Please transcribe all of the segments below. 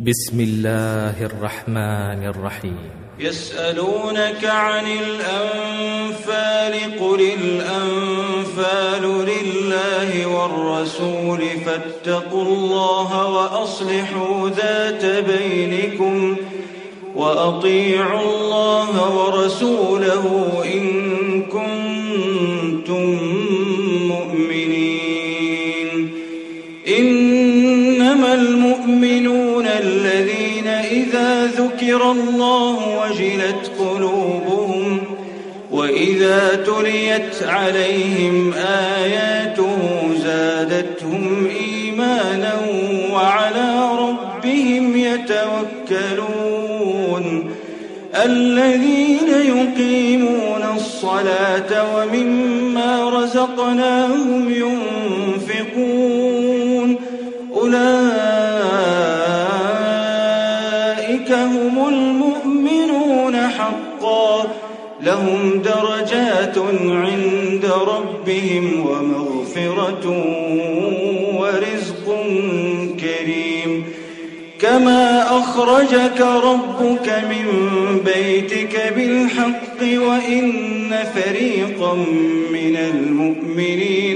بسم الله الرحمن الرحيم. يسألونك عن الأنفال قل الأنفال لله والرسول فاتقوا الله وأصلحوا ذات بينكم وأطيعوا الله ورسوله إن كنتم مؤمنين. إنما المؤمنون الذين إذا ذكر الله وجلت قلوبهم وإذا تليت عليهم آياته زادتهم إيمانا وعلى ربهم يتوكلون. الذين يقيمون الصلاة ومما رزقناهم ينفقون أولئك هم المؤمنون حقا لهم درجات عند ربهم ومغفرة ورزق كريم. كما أخرجك ربك من بيتك بالحق وإن فريقا من المؤمنين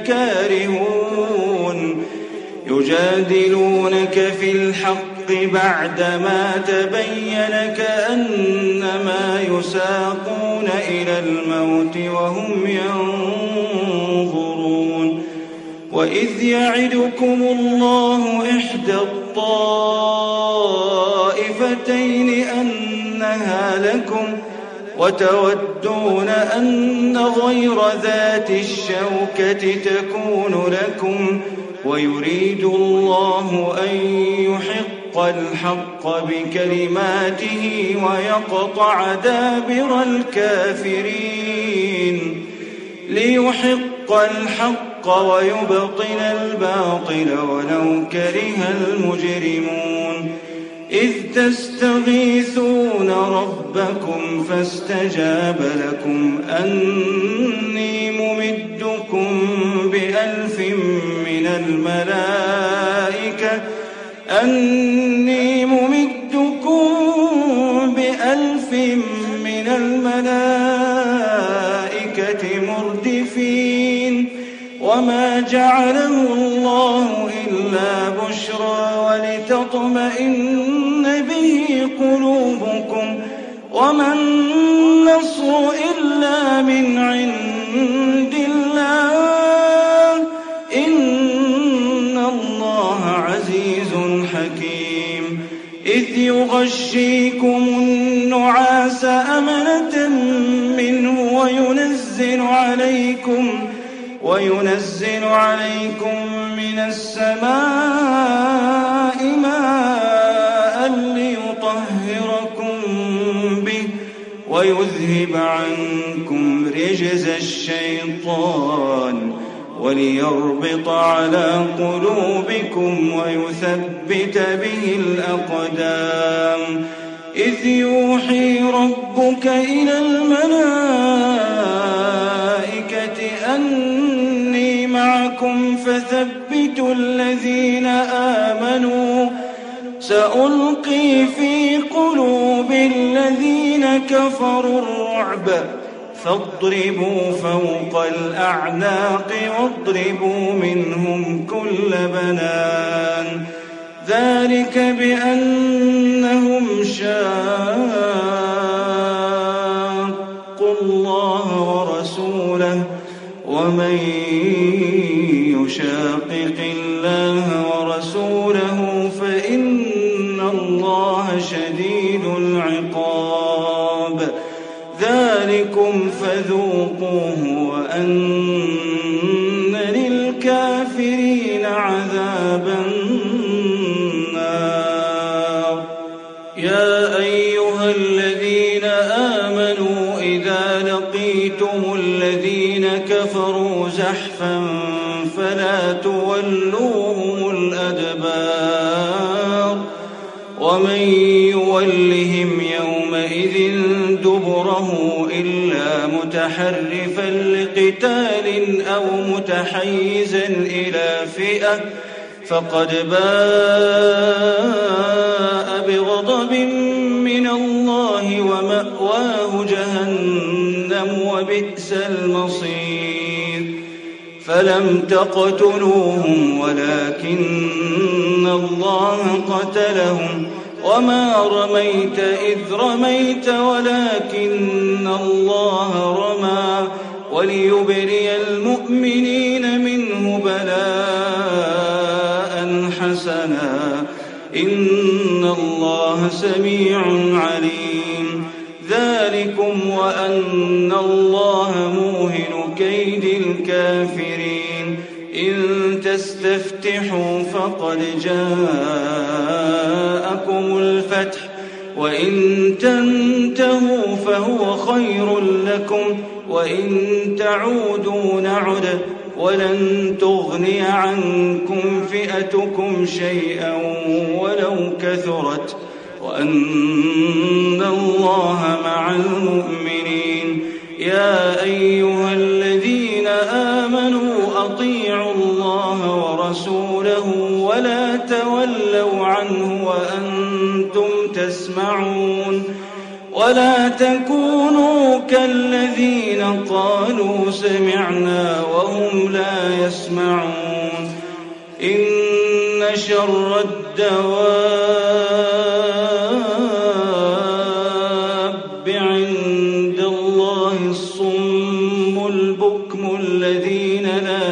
لكارهون يجادلونك في الحق بعدما تبين كأنما يساقون إلى الموت وهم ينظرون. وإذ يعدكم الله إحدى الطائفتين أنها لكم وتودون أن غير ذات الشوكة تكون لكم ويريد الله أن يحق الحق بكلماته ويقطع دابر الكافرين. ليحق الحق ويبطل الباطل ولو كره المجرمون. إذ تستغيثون ربكم فاستجاب لكم أني ممدكم ب1000 من الملائكة مردفين. وما جعله الله إلا بشرى ولتطمئن به قلوبكم وما النصر إلا من عند الله إن الله عزيز حكيم. إذ يغشيكم النعاس أمنة منه وينزل عليكم من السماء ماء ليطهركم به ويذهب عنكم رجز الشيطان وليربط على قلوبكم ويثبت به الأقدام. إذ يوحي ربك إلى الملائكة أني معكم فثبتوا الذين آمنوا سألقي في قلوب الذين كفروا الرعب فاضربوا فوق الأعناق واضربوا منهم كل بنان. ذلك بأنهم شاقوا الله ورسوله ومن يشاقق الله ورسوله فإن الله شديد العقاب. ذلكم فذوقوه وأن للكافرين عذاب النار. يا أيها الذين آمنوا إذا لقيتم الذين كفروا زحفا فلا تولوهم الأدبار ومن يولهم يومئذ دبره إلا متحرفا لقتال أو متحيزا إلى فئة فقد باء فلم تقتلوهم ولكن الله قتلهم وما رميت إذ رميت ولكن الله رمى وليبري المؤمنين منه بلاء حسنا إن الله سميع عليم. ذلكم وأن الله موهن كيد الكافرين. إن تستفتحوا فقد جاءكم الفتح وإن تنتهوا فهو خير لكم وإن تعودوا نعد ولن تغني عنكم فئتكم شيئا ولو كثرت وأن الله مع المؤمنين. يا أيها الذين آمنوا أطيعوا الله ورسوله ولا تولوا عنه وأنتم تسمعون ولا تكونوا كالذين قالوا سمعنا وهم لا يسمعون. إن شر الدواب عند الله الصم البكم الذين لا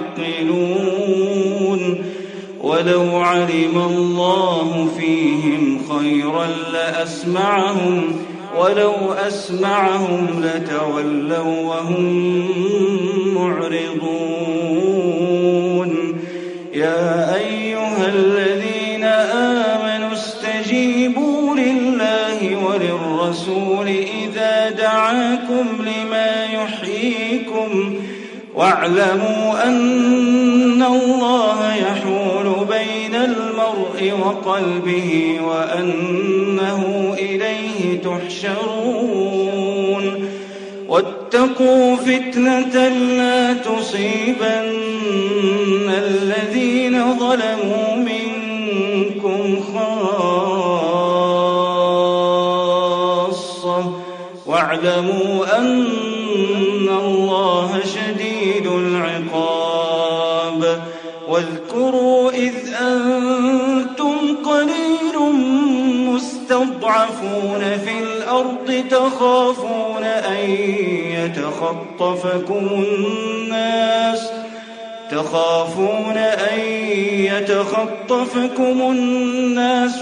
يعقلون. ولو علم الله فيهم خيرا لأسمعهم ولو أسمعهم لتولوا وهم معرضون. يا أيها الذين آمنوا استجيبوا لله وللرسول إذا دعاكم لما يحييكم واعلموا أن الله يحول بين المرء وقلبه وأنه إليه تحشرون. واتقوا فتنة لا تصيبن الذين ظلموا منكم خاصة واعلموا أن الله شديد العقاب. واذكروا إذ أنتم قليل مستضعفون في الأرض تخافون أن يتخطفكم الناس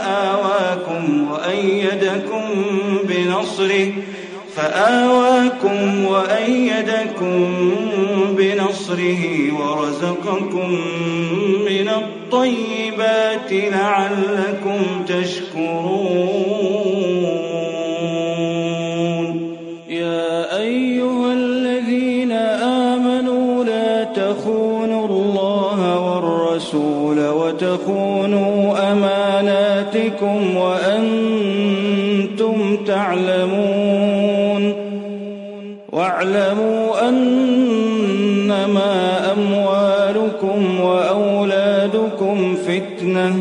فآواكم وأيدكم بنصره ورزقكم من الطيبات لعلكم تشكرون. يا أيها الذين آمنوا لا تخونوا الله والرسول وتخونوا أماناتكم وأنتم تعلمون. واعلموا أنما أموالكم وأولادكم فتنة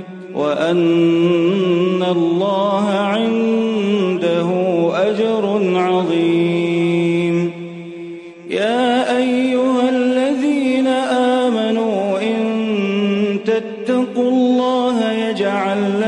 وأن الله عنده أجر عظيم. يا أيها الذين آمنوا إن تتقوا الله يجعل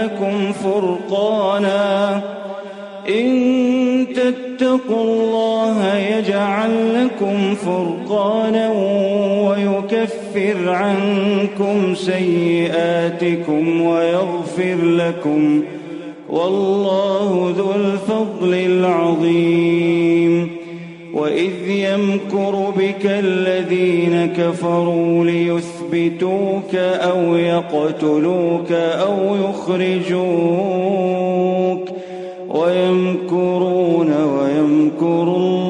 لكم فرقانا ويكفر عنكم سيئاتكم ويغفر لكم والله ذو الفضل العظيم. وإذ يمكر بك الذين كفروا ليثبتوك أو يقتلوك أو يخرجوك ويمكرون ويمكر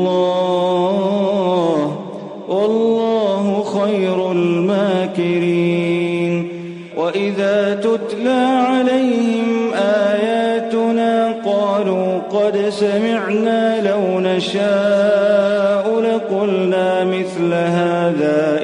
الله والله خير الماكرين. وإذا تتلى عليهم آياتنا قالوا قد سمعنا لو نشاء لقلنا مثل هذا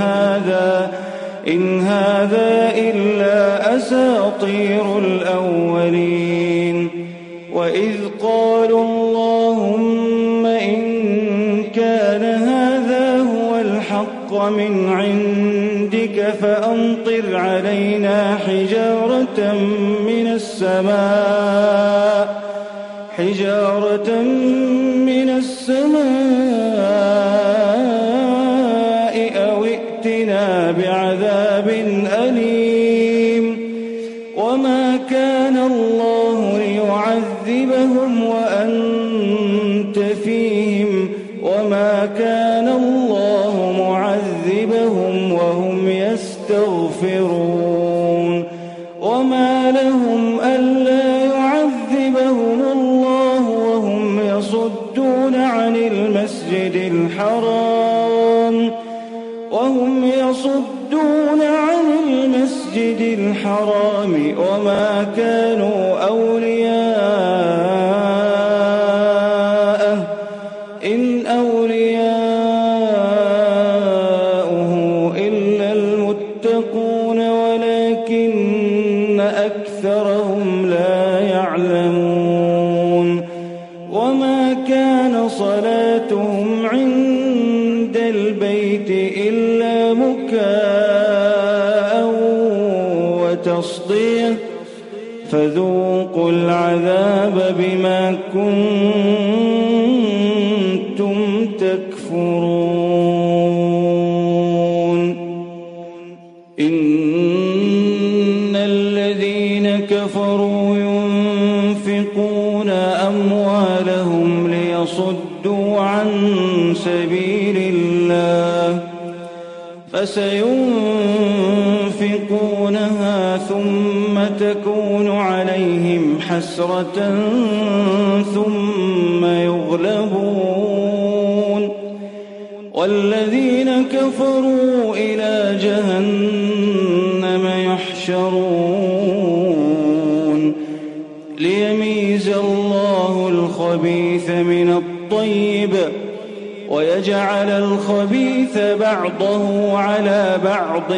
إن هذا إلا أساطير الأولين. وإذ قالوا اللهم إن كان هذا هو الحق الحق من عندك فأمطر علينا حجارة من السماء أو ائتنا بعذاب أليم وما كان الله ليعذبهم وأنت فيهم وما كان الله معذبهم وهم يستغفرون وما لهم ألا يعذبهم الله وهم يصدون عن المسجد الحرام وما كانوا أولياءه إن أولياؤه إلا المتقون ولكن أكثرهم لا يعلمون وما كان صلاتهم عند البيت إلا مكاء وتصدية فذوقوا العذاب بما كنتم تكفرون إن الذين كفروا ينفقون أموالهم ليصدوا عن سبيل الله فسينفقونها ثم تكون عليهم حسرة ثم يغلبون والذين كفروا إلى جهنم يحشرون ليميز الله الخبيث من الطيب ويجعل الخبيث بعضه على بعض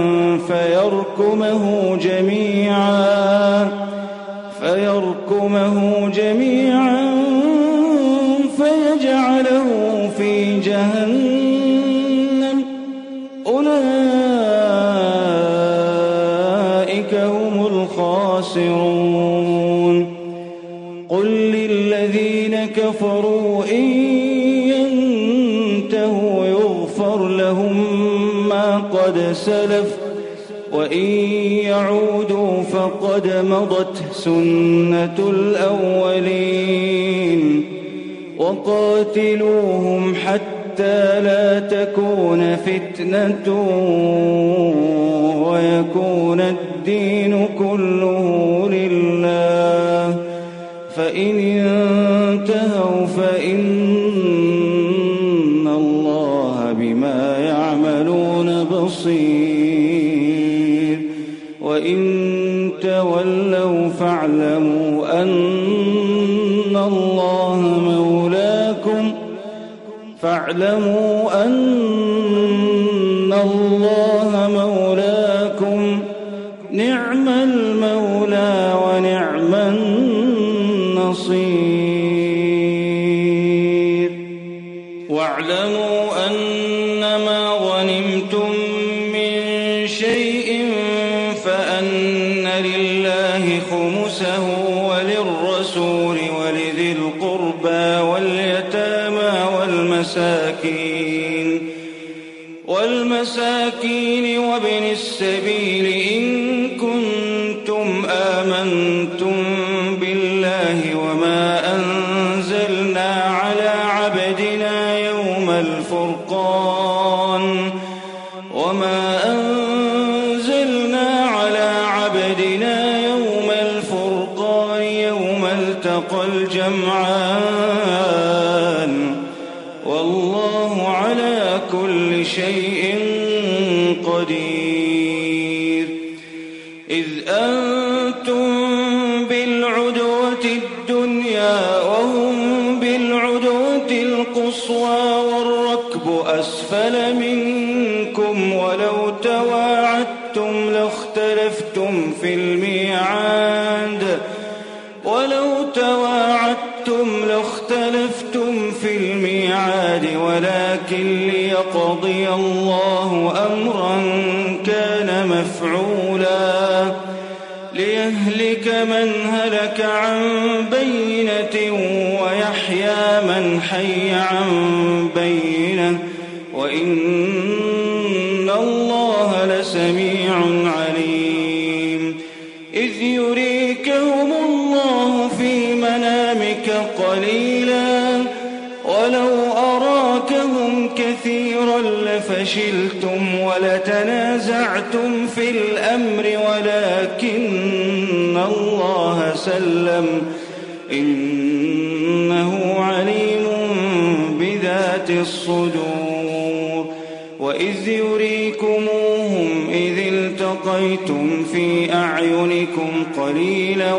فيركمه جميعا فيجعله في جهنم أولئك هم الخاسرون قل للذين كفروا إن ينتهوا يغفر لهم ما قد سلف وإن يعودوا فقد مضت سنة الأولين وقاتلوهم حتى لا تكون فتنة ويكون الدين كله لله فإن انتهوا فإن الله بما يعملون بصير وإن تولوا فاعلموا أن الله مولاكم نعم المولى ونعم النصير واعلموا أنما غنمتم من شيء فأن لله خمسه وللرسول ولذي القربى واليتامى والمساكين وابن السبيل إن كنتم آمنتم بالله وما أنزلنا على عبدنا يوم الفرقان يوم التقى الجمعان والله على كل شيء قدير إذ أنتم بالعدوة الدنيا وهم بالعدوة القصوى والركب أسفل منكم ولو تواعدتم لاختلفتم في الميعاد العباد ولكن ليقضي الله أمرا كان مفعولا ليهلك من هلك عن بينة ويحيى من حي عن بينة وإن الله لسميع عليم إذ يريكهم الله في منامك قليلا ولو أراكهم كثيرا لفشلتم ولتنازعتم في الأمر ولكن الله سلم إنه عليم بذات الصدور وإذ يريكموهم إذ التقيتم في أعينكم قليلا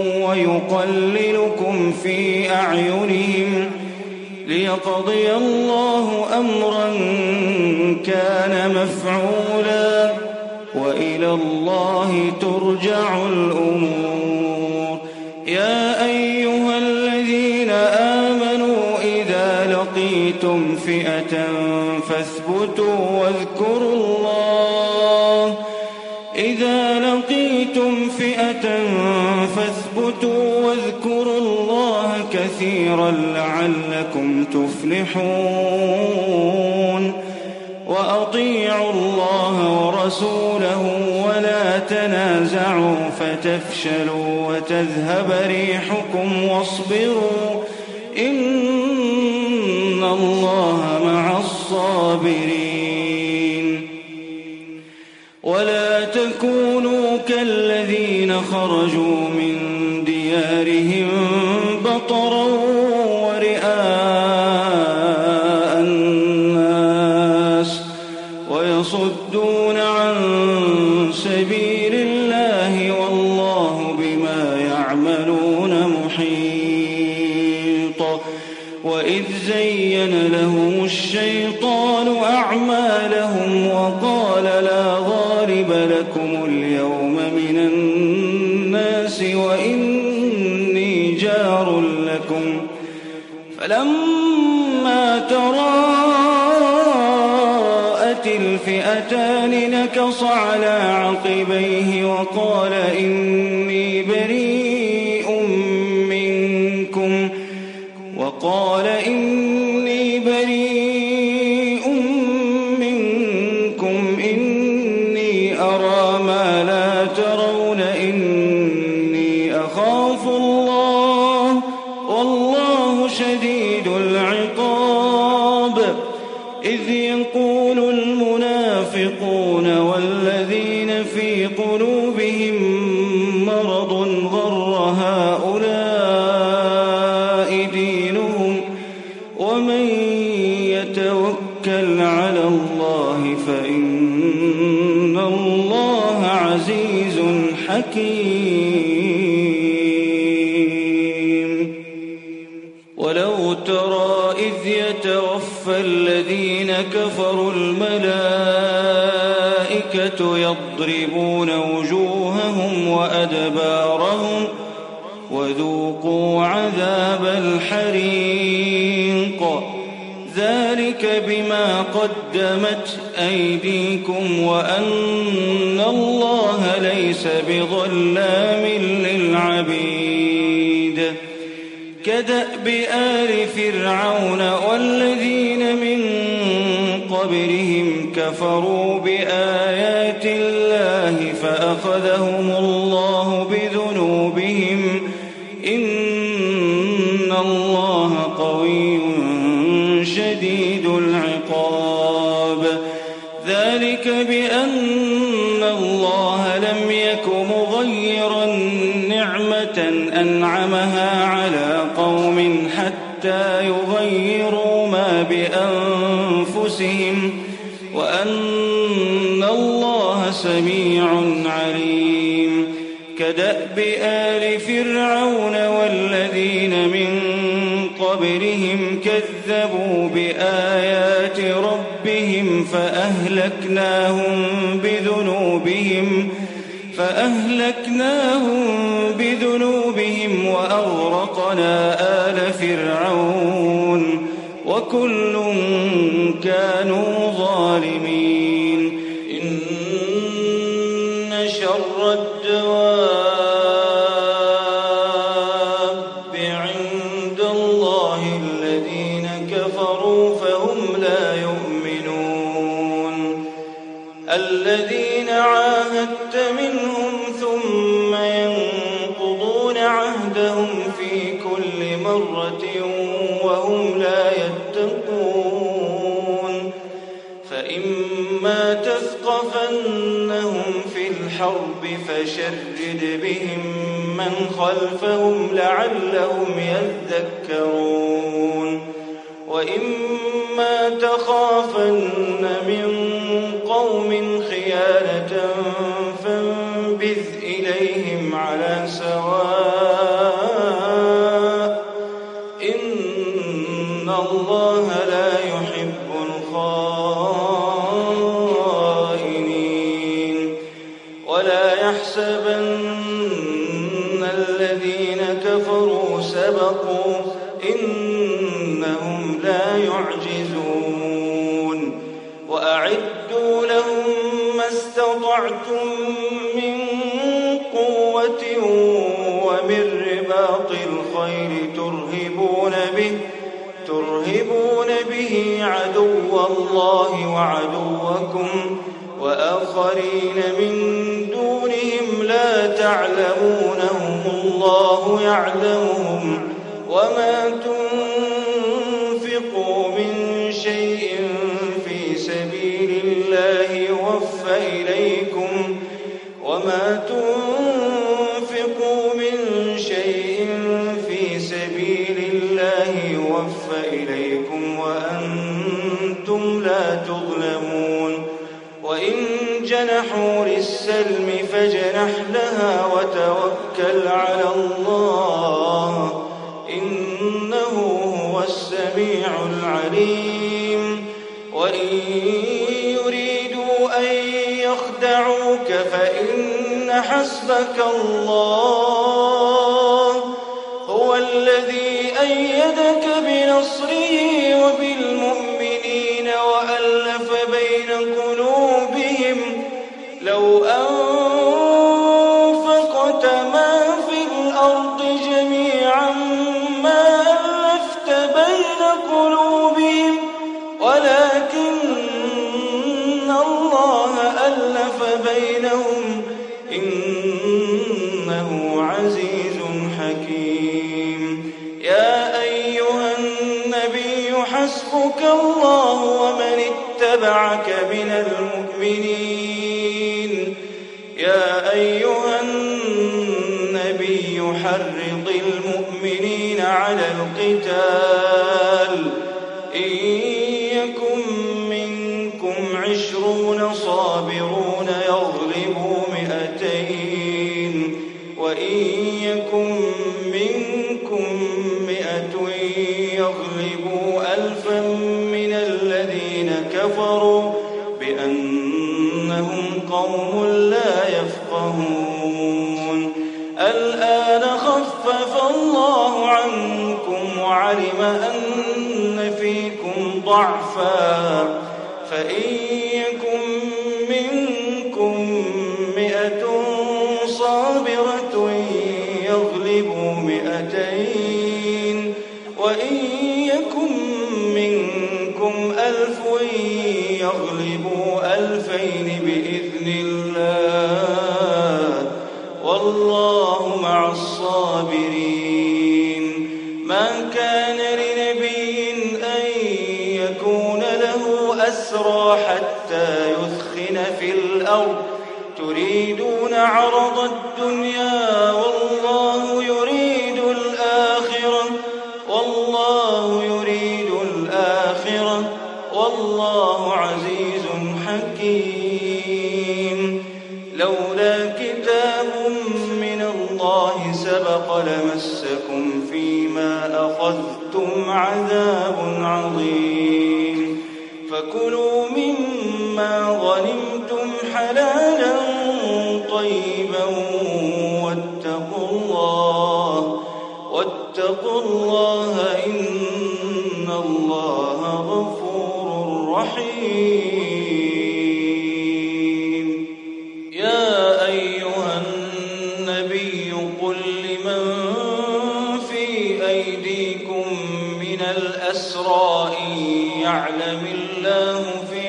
ويقللكم في أعينهم ليقضي الله أمرا كان مفعولا وإلى الله ترجع الأمور يا أيها الذين آمنوا إذا لقيتم فئة فاثبتوا واذكروا الله كثيرا لعلكم تفلحون وأطيعوا الله ورسوله ولا تنازعوا فتفشلوا وتذهب ريحكم واصبروا إن الله مع الصابرين ولا تكونوا كالذين خرجوا من ديارهم بطرا ورئاء الناس ويصدون عن سبيل الله والله بما يعملون محيط وإذ زين لهم الشيطان أعمالهم وقال لا غالب لكم اليوم من الناس وإني جار لكم فلما تراءت الفئتان نكص على عقبيه وقال إني بريء منكم إني أرى ما لا ترون إني أخاف الله والله شديد العقاب إذ يقول المنافقون والذين في قلوبهم مرض غر هؤلاء دينهم ومن يتوكل على الله فإن الله عزيز حكيم ولو ترى إذ يتوفى الذين كفروا الملائكة يضربون وجوههم وأدبارهم وذوقوا عذاب الحريق ذلك بما قدمت أيديكم وأن الله ليس بظلام للعبيد كدأب آل فرعون والذين من قبلهم كفروا بآيات الله فأخذهم الله بذنوبهم إن الله قوي شديد العقاب ذلك بأن الله لم يك مغيرا نعمة أنعمها على قوم حتى يغيروا ما بأنفسهم وأن الله سميع عليم كدأب آل فرعون والذين من قبلهم كذبوا بآيات ربهم فأهلكناهم بذنوبهم وأغرقنا آل فرعون وكل كانوا ظالمين. إن شر الدواب عند الله الذين كفروا فهم لا يؤمنون. الذين عاهدت منهم ثم ينقضون عهدهم في كل مرة وهم لا يتقون. فإما تثقفنهم في الحرب فشرد بهم من خلفهم لعلهم يذكرون. وإما تخافن من قوم خيانة فانبذ إليهم على سواء إن الله لا يحب الخائنين. ولا يحسبن الذين كفروا سبقوا إنهم لا يعجزون. وأعدوا لهم ما استطعتم من قوة ومن رباط الخيل ترهبون به عدو الله وعدوكم وآخرين من دونهم لا تعلمونهم الله يعلمهم. وما تنفقوا من شيء في سبيل الله يوفى إليكم وأنتم لا تظلمون. وإن جنحوا للسلم فاجنح لها وتوكل على الله إنه هو السميع العليم. وإن يريدوا أن يخدعوك فإن حسبك الله هو الذي أيدك بنصره وبالمؤمنين وألف بين قلوبهم لو أنفقت ما في الأرض جميعا ما ألفت بين قلوبهم ولكن الله ألف بينهم إنه عزيز حكيم. يا أيها النبي حسبك الله ومن اتبعك من المؤمنين. يا أيها النبي حرض المؤمنين على القتال إن يكن منكم 20 صابرون يغلبوا 200 وإن يكن منكم 100 يغلبوا 1000 من الذين كفروا بأنهم قوم لا يفقهون. الآن خفف الله عنكم وعلم أن فيكم ضعفا فإن يكن منكم 100 صابرة يغلبوا 200 وإن يكن منكم 1000 يغلبوا 2000 بإذن الله والله مع الصابرين. ما كان لنبي أن يكون له أسرى حتى يثخن في الأرض تريدون عرض الدنيا والله يريد الآخرة والله عزيز حكيم. لولا كتاب من الله سبق لمسكم فيما أخذتم عذاب عظيم. فكلوا مما غنمتم حلالا طيبا واتقوا الله إن الله رحيم. يا أيها النبي قل لمن في أيديكم من الأسرى إن يعلم الله في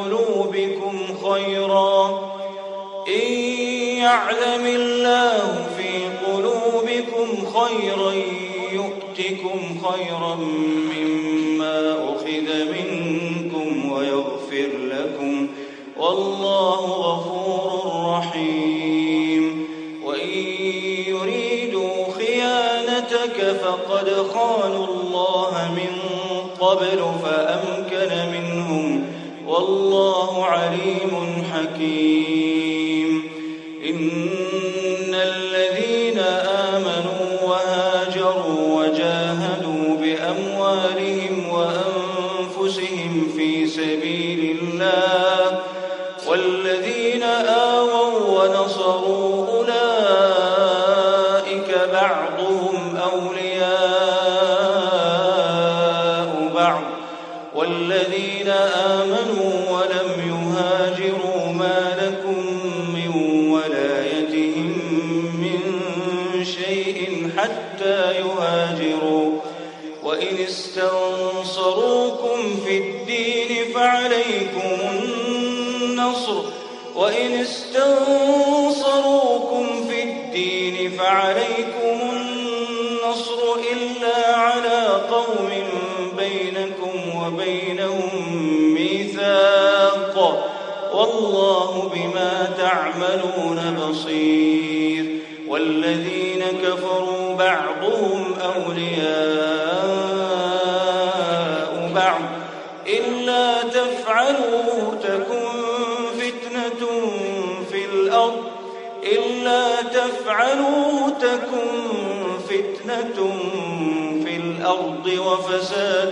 قلوبكم خيرا يؤتكم خيرا مما أخذ منكم ويغفر لكم والله غفور رحيم. وإن يريدوا خيانتك فقد خانوا الله من قبل فأمكن منهم والله عليم حكيم. إن الذين آمنوا وهاجروا وجاهدوا بأموالهم وأنفسهم في سبيل الله والذين آووا ونصروا أولئك بعضهم أولياء بعض والذين آمنوا ولم يهاجروا ما لكم من ولايتهم من شيء حتى يهاجروا وإن استنصروكم في الدين فعليكم النصر إلا على قوم بينكم وبينهم ميثاق والله بما تعملون بصير. والذين كفروا بعضهم أولياء بعض إلا تفعلوه تكن فتنة في الأرض وفساد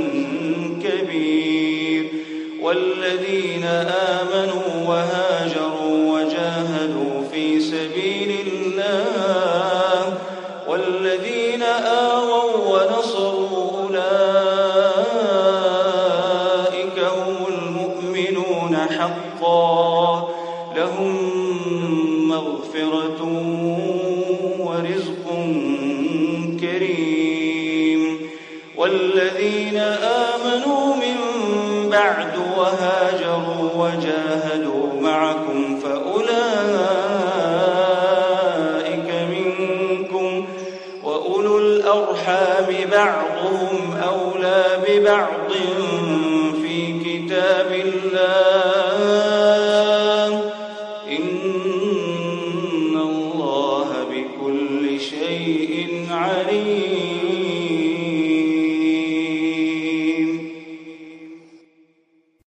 كبير. والذين آمنوا وهاجروا وجاهدوا في سبيل الله والذين آووا ونصروا أولئك هم المؤمنون حقا لهم مغفرة ورزق كريم. والذين آمنوا من بعد وهاجروا وجاهدوا معكم فأولئك منكم وأولو الأرحام بعضهم أولى ببعض في كتاب الله إن الله بكل شيء عليم.